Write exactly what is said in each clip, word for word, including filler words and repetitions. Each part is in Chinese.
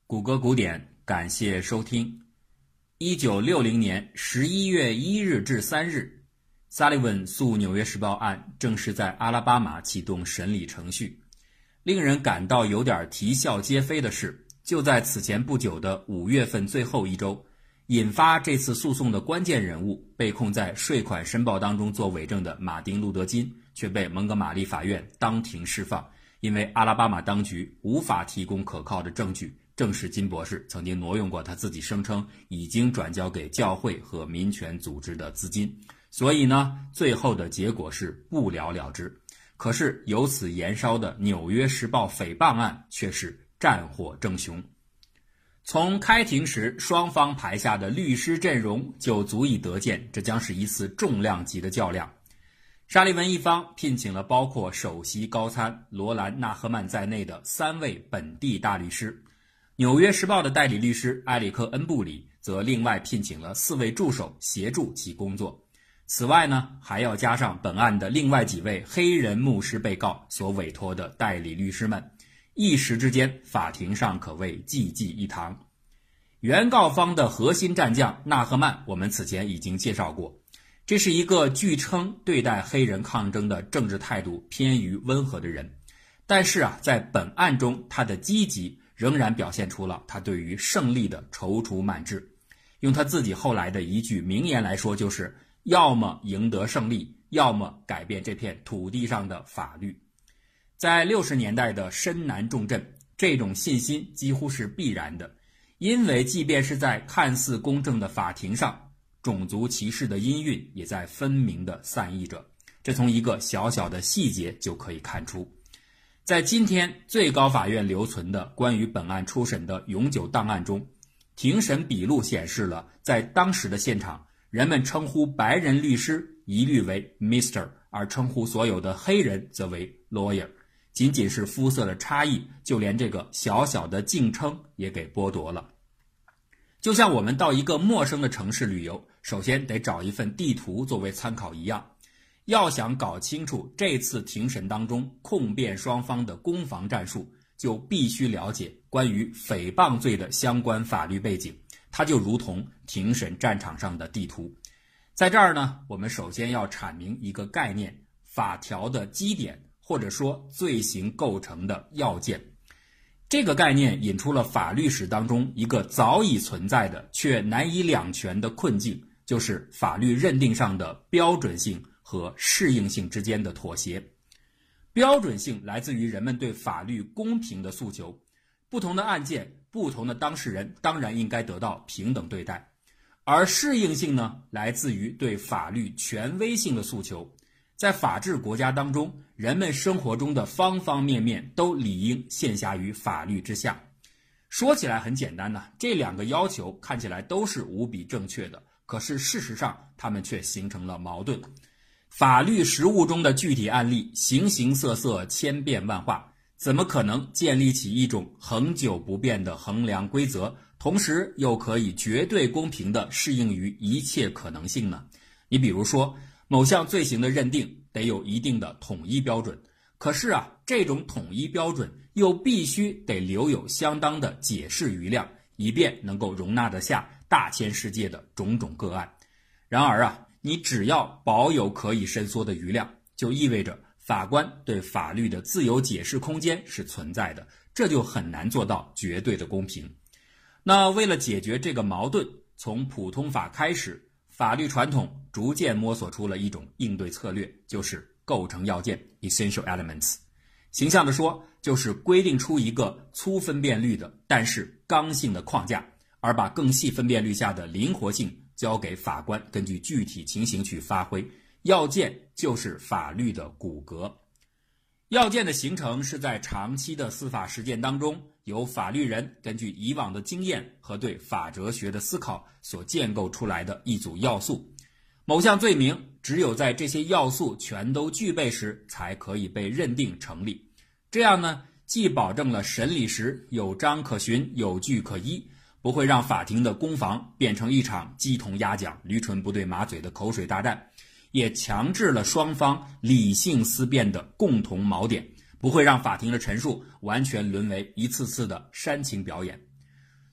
谷歌古典，感谢收听。一九六零年十一月一日至三日，萨利文诉《纽约时报》案正式在阿拉巴马启动审理程序。令人感到有点啼笑皆非的是，就在此前不久的五月份最后一周，引发这次诉讼的关键人物，被控在税款申报当中做伪证的马丁·路德·金，却被蒙哥马利法院当庭释放，因为阿拉巴马当局无法提供可靠的证据证实金博士曾经挪用过他自己声称已经转交给教会和民权组织的资金，所以呢，最后的结果是不了了之。可是由此延烧的《纽约时报》诽谤案却是战火正雄。从开庭时双方排下的律师阵容就足以得见，这将是一次重量级的较量。沙利文一方聘请了包括首席高参罗兰·纳赫曼在内的三位本地大律师，纽约时报的代理律师埃里克·恩布里则另外聘请了四位助手协助其工作。此外呢，还要加上本案的另外几位黑人牧师被告所委托的代理律师们，一时之间法庭上可谓济济一堂。原告方的核心战将纳赫曼我们此前已经介绍过，这是一个据称对待黑人抗争的政治态度偏于温和的人，但是啊，在本案中他的积极仍然表现出了他对于胜利的踌躇满志。用他自己后来的一句名言来说，就是要么赢得胜利，要么改变这片土地上的法律。在六十年代的深南重镇，这种信心几乎是必然的，因为即便是在看似公正的法庭上，种族歧视的阴韵也在分明地散溢着。这从一个小小的细节就可以看出。在今天最高法院留存的关于本案初审的永久档案中，庭审笔录显示了在当时的现场，人们称呼白人律师一律为 Mister， 而称呼所有的黑人则为 Lawyer。 仅仅是肤色的差异，就连这个小小的敬称也给剥夺了。就像我们到一个陌生的城市旅游，首先得找一份地图作为参考一样，要想搞清楚这次庭审当中控辩双方的攻防战术，就必须了解关于诽谤罪的相关法律背景，它就如同庭审战场上的地图。在这儿呢，我们首先要阐明一个概念，法条的基点，或者说罪行构成的要件。这个概念引出了法律史当中一个早已存在的却难以两全的困境，就是法律认定上的标准性和适应性之间的妥协。标准性来自于人们对法律公平的诉求，不同的案件，不同的当事人当然应该得到平等对待。而适应性呢，来自于对法律权威性的诉求。在法治国家当中，人们生活中的方方面面都理应陷下于法律之下。说起来很简单呢，这两个要求看起来都是无比正确的，可是事实上它们却形成了矛盾。法律实务中的具体案例形形色色，千变万化，怎么可能建立起一种恒久不变的衡量规则，同时又可以绝对公平地适应于一切可能性呢？你比如说，某项罪行的认定得有一定的统一标准，可是啊，这种统一标准又必须得留有相当的解释余量，以便能够容纳得下大千世界的种种个案。然而啊，你只要保有可以伸缩的余量，就意味着法官对法律的自由解释空间是存在的，这就很难做到绝对的公平。那为了解决这个矛盾，从普通法开始，法律传统逐渐摸索出了一种应对策略，就是构成要件 essential elements。 形象地说，就是规定出一个粗分辨率的但是刚性的框架，而把更细分辨率下的灵活性交给法官根据具体情形去发挥。要件就是法律的骨骼。要件的形成是在长期的司法实践当中，由法律人根据以往的经验和对法哲学的思考所建构出来的一组要素。某项罪名只有在这些要素全都具备时才可以被认定成立。这样呢，既保证了审理时有章可循，有据可依，不会让法庭的攻防变成一场鸡同鸭讲、驴唇不对马嘴的口水大战，也强制了双方理性思辨的共同锚点，不会让法庭的陈述完全沦为一次次的煽情表演。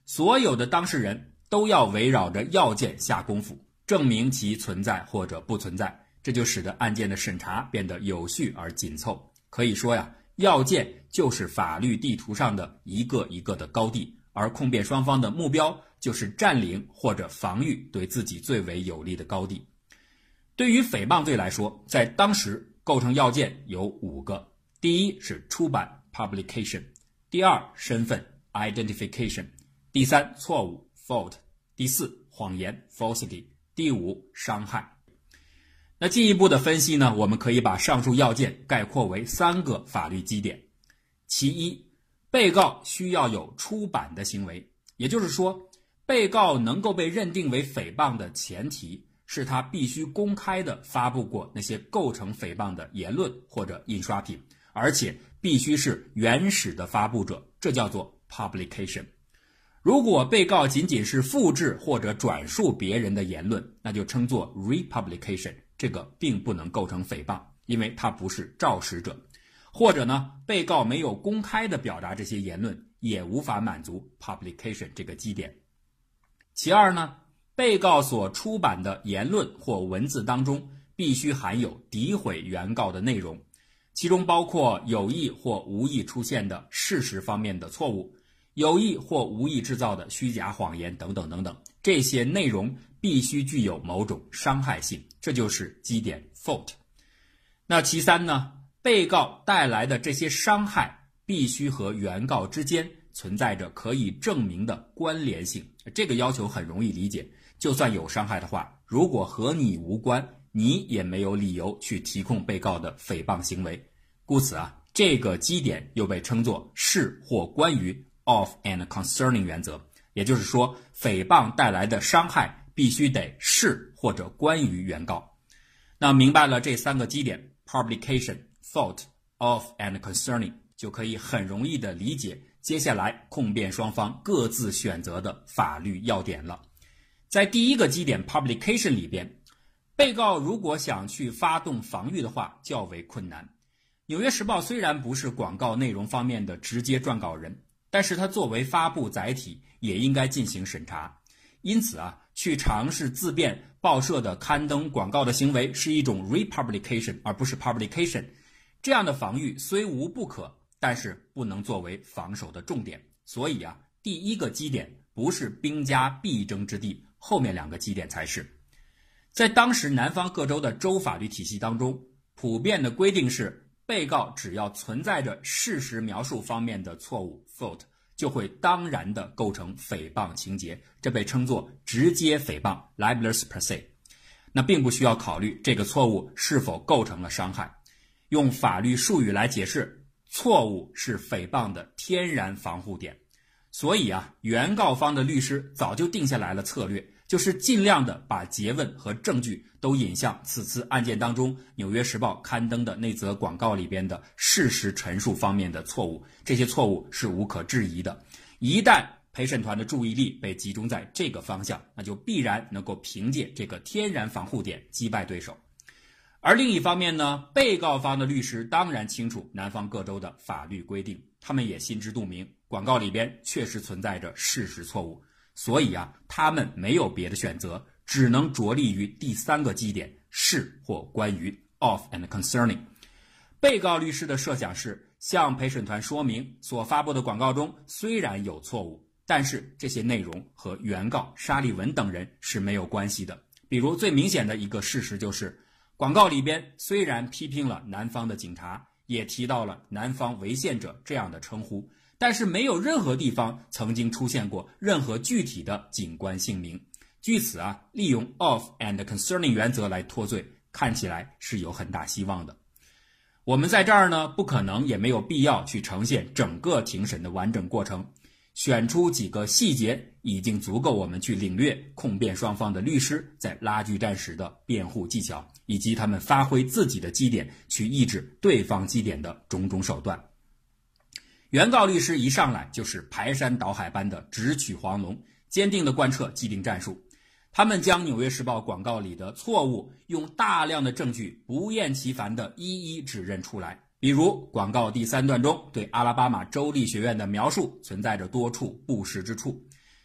所有的当事人都要围绕着要件下功夫，证明其存在或者不存在，这就使得案件的审查变得有序而紧凑。可以说呀，要件就是法律地图上的一个一个的高地，而控辩双方的目标就是占领或者防御对自己最为有利的高地。对于诽谤罪来说，在当时构成要件有五个：第一是出版 publication， 第二身份 identification， 第三错误 fault， 第四谎言 falsity， 第五伤害。那进一步的分析呢，我们可以把上述要件概括为三个法律基点。其一，被告需要有出版的行为，也就是说，被告能够被认定为诽谤的前提是他必须公开地发布过那些构成诽谤的言论或者印刷品，而且必须是原始的发布者，这叫做 publication。 如果被告仅仅是复制或者转述别人的言论，那就称作 republication， 这个并不能构成诽谤，因为它不是肇始者。或者呢，被告没有公开地表达这些言论，也无法满足 publication 这个基点。其二呢，被告所出版的言论或文字当中必须含有诋毁原告的内容，其中包括有意或无意出现的事实方面的错误，有意或无意制造的虚假谎言等等等等，这些内容必须具有某种伤害性，这就是基点 fault。 那其三呢，被告带来的这些伤害必须和原告之间存在着可以证明的关联性，这个要求很容易理解，就算有伤害的话，如果和你无关，你也没有理由去提控被告的诽谤行为。故此啊，这个基点又被称作是或关于 of and concerning 原则，也就是说，诽谤带来的伤害必须得是或者关于原告。那明白了这三个基点 publication, fault, of and concerning， 就可以很容易地理解接下来控辩双方各自选择的法律要点了。在第一个基点 publication 里边，被告如果想去发动防御的话较为困难。纽约时报虽然不是广告内容方面的直接撰稿人，但是它作为发布载体也应该进行审查。因此啊，去尝试自辩报社的刊登广告的行为是一种 republication 而不是 publication。 这样的防御虽无不可，但是不能作为防守的重点。所以啊，第一个基点不是兵家必争之地，后面两个基点才是。在当时南方各州的州法律体系当中，普遍的规定是，被告只要存在着事实描述方面的错误 fault， 就会当然地构成诽谤情节，这被称作直接诽谤 libelous per se。 那并不需要考虑这个错误是否构成了伤害。用法律术语来解释，错误是诽谤的天然防护点。所以啊，原告方的律师早就定下来了策略，就是尽量的把诘问和证据都引向此次案件当中纽约时报刊登的那则广告里边的事实陈述方面的错误，这些错误是无可置疑的。一旦陪审团的注意力被集中在这个方向，那就必然能够凭借这个天然防护点击败对手。而另一方面呢，被告方的律师当然清楚南方各州的法律规定，他们也心知肚明，广告里边确实存在着事实错误，所以啊，他们没有别的选择，只能着力于第三个基点，是或关于 of and concerning。 被告律师的设想是向陪审团说明，所发布的广告中虽然有错误，但是这些内容和原告沙利文等人是没有关系的。比如最明显的一个事实就是，广告里边虽然批评了南方的警察，也提到了南方违宪者这样的称呼，但是没有任何地方曾经出现过任何具体的警官姓名。据此啊，利用 of and concerning 原则来脱罪，看起来是有很大希望的。我们在这儿呢，不可能也没有必要去呈现整个庭审的完整过程，选出几个细节已经足够我们去领略控辩双方的律师在拉锯战时的辩护技巧，以及他们发挥自己的基点去抑制对方基点的种种手段。原告律师一上来就是排山倒海般的直取黄龙，坚定地贯彻既定战术。他们将《纽约时报》广告里的错误用大量的证据不厌其烦地一一指认出来。比如广告第三段中对阿拉巴马州立学院的描述存在着多处不实之处，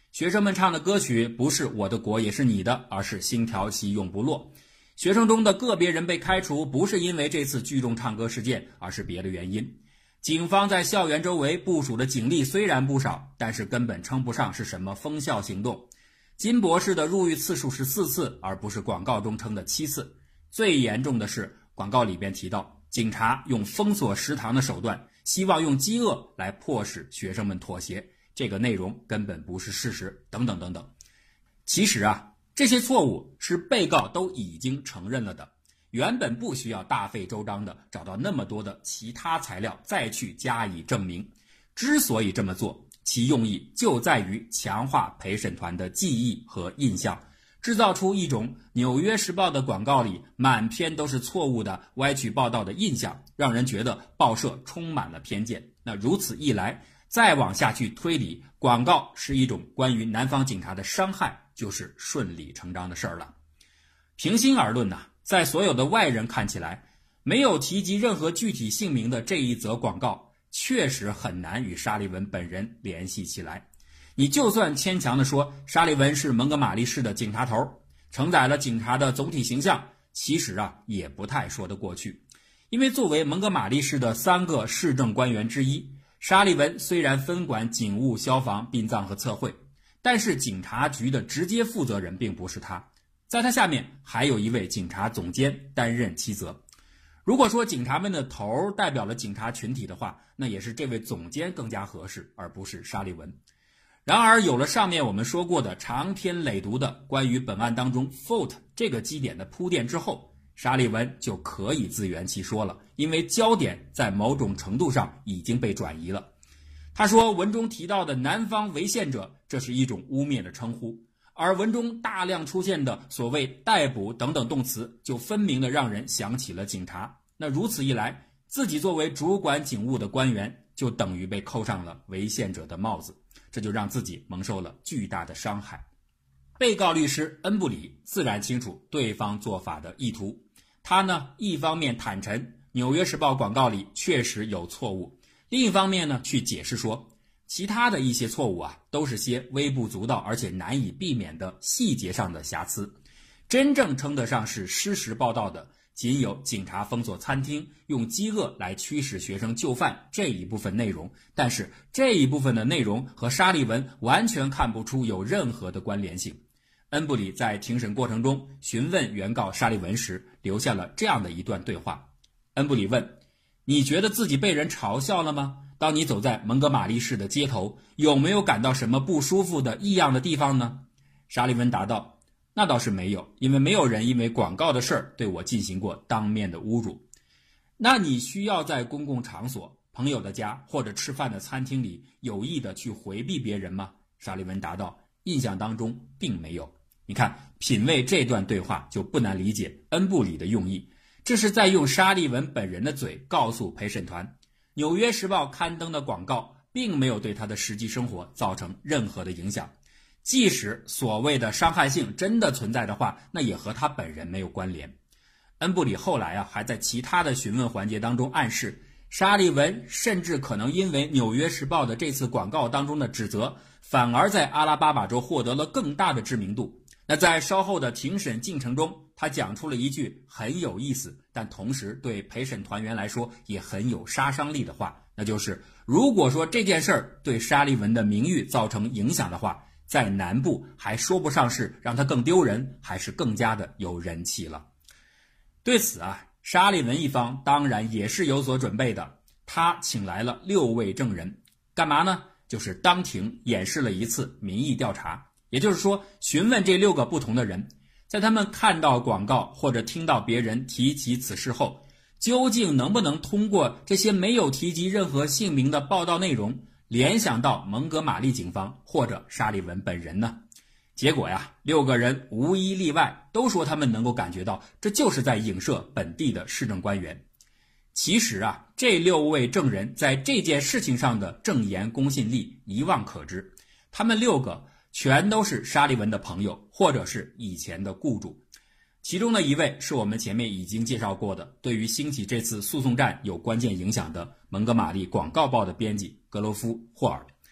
学生们唱的歌曲不是我的国也是你的，而是星条旗永不落。学生中的个别人被开除，不是因为这次聚众唱歌事件，而是别的原因。警方在校园周围部署的警力虽然不少，但是根本称不上是什么封校行动。金博士的入狱次数是四次，而不是广告中称的七次。最严重的是，广告里边提到警察用封锁食堂的手段，希望用饥饿来迫使学生们妥协，这个内容根本不是事实，等等等等。其实啊，这些错误是被告都已经承认了的，原本不需要大费周章的找到那么多的其他材料再去加以证明。之所以这么做，其用意就在于强化陪审团的记忆和印象，制造出一种《纽约时报》的广告里满篇都是错误的歪曲报道的印象，让人觉得报社充满了偏见。那如此一来，再往下去推理，广告是一种关于南方警察的伤害，就是顺理成章的事儿了。平心而论呢，在所有的外人看起来，没有提及任何具体姓名的这一则广告，确实很难与沙利文本人联系起来。你就算牵强地说沙利文是蒙哥马利市的警察头，承载了警察的总体形象，其实啊也不太说得过去。因为作为蒙哥马利市的三个市政官员之一，沙利文虽然分管警务、消防、殡葬和测绘，但是警察局的直接负责人并不是他，在他下面还有一位警察总监担任其责。如果说警察们的头代表了警察群体的话，那也是这位总监更加合适，而不是沙利文。然而有了上面我们说过的长篇累牍的关于本案当中 fault 这个基点的铺垫之后，沙利文就可以自圆其说了，因为焦点在某种程度上已经被转移了。他说文中提到的南方违宪者，这是一种污蔑的称呼，而文中大量出现的所谓逮捕等等动词，就分明的让人想起了警察。那如此一来，自己作为主管警务的官员，就等于被扣上了违宪者的帽子，这就让自己蒙受了巨大的伤害。被告律师恩布里自然清楚对方做法的意图，他呢一方面坦陈《纽约时报》广告里确实有错误，另一方面呢去解释说，其他的一些错误啊，都是些微不足道而且难以避免的细节上的瑕疵，真正称得上是失实报道的，仅有警察封锁餐厅，用饥饿来驱使学生就范这一部分内容，但是这一部分的内容和沙利文完全看不出有任何的关联性。恩布里在庭审过程中询问原告沙利文时，留下了这样的一段对话。恩布里问：你觉得自己被人嘲笑了吗？当你走在蒙哥马利市的街头，有没有感到什么不舒服的异样的地方呢？沙利文答道：那倒是没有，因为没有人因为广告的事儿对我进行过当面的侮辱。那你需要在公共场所、朋友的家或者吃饭的餐厅里有意的去回避别人吗？沙利文答道：印象当中并没有。你看，品味这段对话就不难理解恩布里的用意，这是在用沙利文本人的嘴告诉陪审团，《纽约时报》刊登的广告并没有对他的实际生活造成任何的影响，即使所谓的伤害性真的存在的话，那也和他本人没有关联。恩布里后来啊，还在其他的询问环节当中暗示，沙利文甚至可能因为《纽约时报》的这次广告当中的指责，反而在阿拉巴马州获得了更大的知名度。那在稍后的庭审进程中，他讲出了一句很有意思，但同时对陪审团员来说也很有杀伤力的话，那就是如果说这件事儿对沙利文的名誉造成影响的话，在南部还说不上是让他更丢人，还是更加的有人气了。对此啊，沙利文一方当然也是有所准备的，他请来了六位证人，干嘛呢？就是当庭演示了一次民意调查，也就是说询问这六个不同的人，在他们看到广告或者听到别人提及此事后，究竟能不能通过这些没有提及任何姓名的报道内容联想到蒙哥马利警方或者沙利文本人呢？结果呀，六个人无一例外都说他们能够感觉到这就是在影射本地的市政官员。其实啊，这六位证人在这件事情上的证言公信力一望可知，他们六个全都是沙利文的朋友或者是以前的雇主。其中的一位是我们前面已经介绍过的，对于兴起这次诉讼战有关键影响的蒙哥马利广告报的编辑格罗夫霍尔。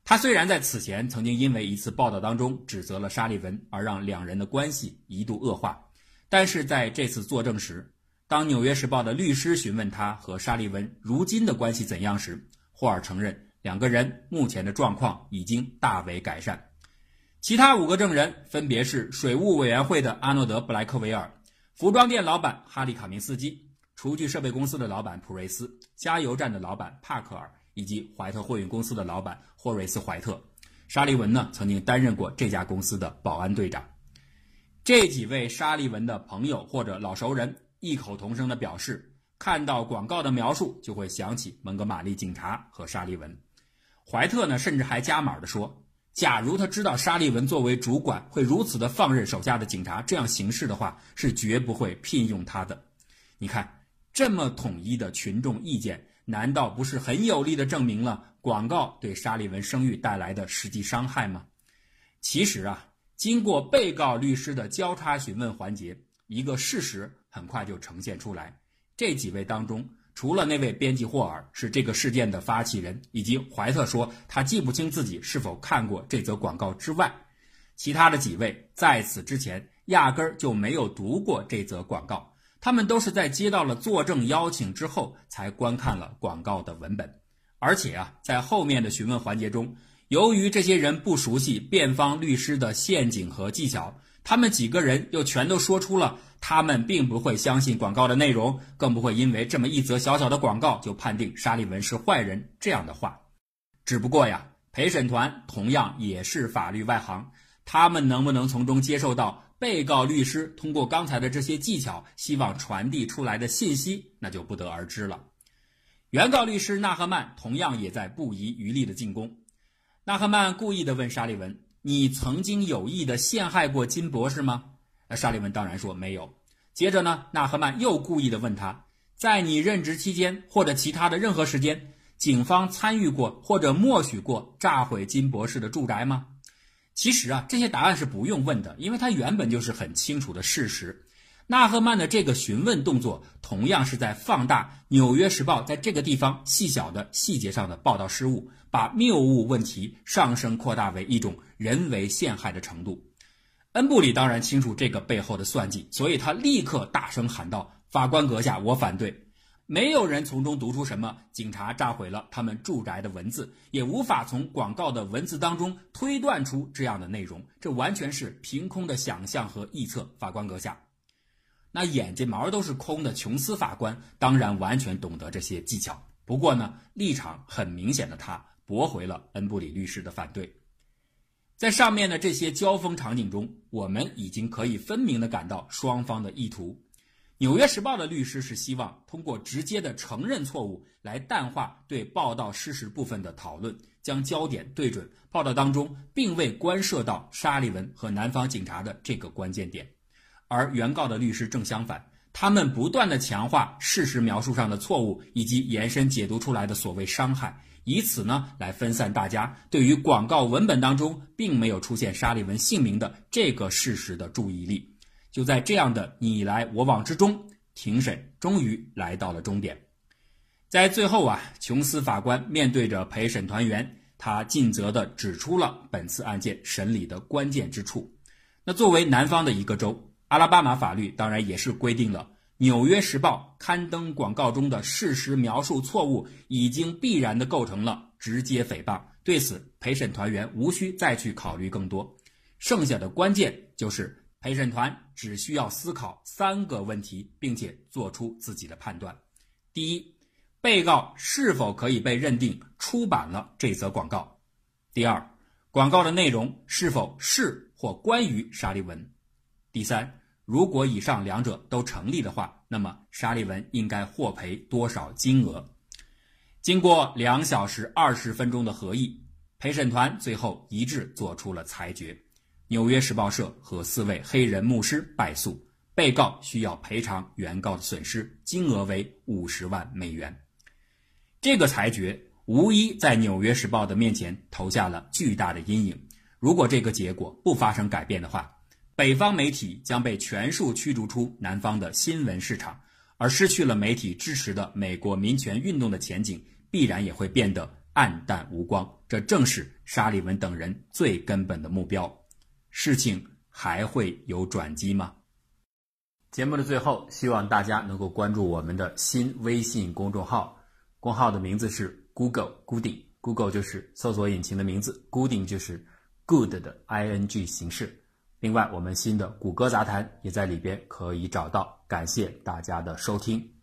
他虽然在此前曾经因为一次报道当中指责了沙利文，而让两人的关系一度恶化，但是在这次作证时，当《纽约时报》的律师询问他和沙利文如今的关系怎样时，霍尔承认两个人目前的状况已经大为改善。其他五个证人分别是水务委员会的阿诺德·布莱克维尔、服装店老板哈利·卡明斯基、厨具设备公司的老板普瑞斯、加油站的老板帕克尔以及怀特货运公司的老板霍瑞斯·怀特。沙利文呢，曾经担任过这家公司的保安队长。这几位沙利文的朋友或者老熟人异口同声地表示，看到广告的描述就会想起蒙哥马利警察和沙利文。怀特呢，甚至还加码地说，假如他知道沙利文作为主管会如此的放任手下的警察这样行事的话，是绝不会聘用他的。你看，这么统一的群众意见，难道不是很有力地证明了广告对沙利文声誉带来的实际伤害吗？其实啊，经过被告律师的交叉询问环节，一个事实很快就呈现出来。这几位当中，除了那位编辑霍尔是这个事件的发起人，以及怀特说他记不清自己是否看过这则广告之外，其他的几位在此之前压根儿就没有读过这则广告，他们都是在接到了作证邀请之后才观看了广告的文本。而且啊，在后面的询问环节中，由于这些人不熟悉辩方律师的陷阱和技巧，他们几个人又全都说出了他们并不会相信广告的内容，更不会因为这么一则小小的广告就判定沙利文是坏人这样的话。只不过呀，陪审团同样也是法律外行，他们能不能从中接受到被告律师通过刚才的这些技巧希望传递出来的信息，那就不得而知了。原告律师纳赫曼同样也在不遗余力的进攻。纳赫曼故意地问沙利文，你曾经有意地陷害过金博士吗？沙利文当然说没有。接着呢，纳赫曼又故意地问他，在你任职期间或者其他的任何时间，警方参与过或者默许过炸毁金博士的住宅吗？其实啊，这些答案是不用问的，因为它原本就是很清楚的事实。纳赫曼的这个询问动作同样是在放大《纽约时报》在这个地方细小的细节上的报道失误，把谬误问题上升扩大为一种人为陷害的程度。恩布里当然清楚这个背后的算计，所以他立刻大声喊道，法官阁下，我反对。没有人从中读出什么警察炸毁了他们住宅的文字，也无法从广告的文字当中推断出这样的内容，这完全是凭空的想象和臆测，法官阁下。那眼睛毛都是空的琼斯法官当然完全懂得这些技巧，不过呢，立场很明显的他驳回了恩布里律师的反对。在上面的这些交锋场景中，我们已经可以分明地感到双方的意图。纽约时报的律师是希望通过直接的承认错误来淡化对报道事实部分的讨论，将焦点对准报道当中并未关涉到沙利文和南方警察的这个关键点。而原告的律师正相反，他们不断地强化事实描述上的错误以及延伸解读出来的所谓伤害，以此呢来分散大家对于广告文本当中并没有出现沙利文姓名的这个事实的注意力。就在这样的你来我往之中，庭审终于来到了终点。在最后啊，琼斯法官面对着陪审团员，他尽责地指出了本次案件审理的关键之处。那作为南方的一个州，阿拉巴马法律当然也是规定了纽约时报刊登广告中的事实描述错误已经必然地构成了直接诽谤，对此陪审团员无需再去考虑更多。剩下的关键就是陪审团只需要思考三个问题，并且做出自己的判断。第一，被告是否可以被认定出版了这则广告？第二，广告的内容是否是或关于沙利文？第三，如果以上两者都成立的话，那么沙利文应该获赔多少金额？经过两小时二十分钟的合议，陪审团最后一致做出了裁决。纽约时报社和四位黑人牧师败诉，被告需要赔偿原告的损失，金额为五十万美元。这个裁决无疑在纽约时报的面前投下了巨大的阴影。如果这个结果不发生改变的话，北方媒体将被全数驱逐出南方的新闻市场，而失去了媒体支持的美国民权运动的前景必然也会变得黯淡无光，这正是沙利文等人最根本的目标。事情还会有转机吗？节目的最后，希望大家能够关注我们的新微信公众号，公号的名字是 Google Gooding， Google 就是搜索引擎的名字， Gooding 就是 good 的 ing 形式。另外，我们新的谷歌杂谈也在里边可以找到。感谢大家的收听。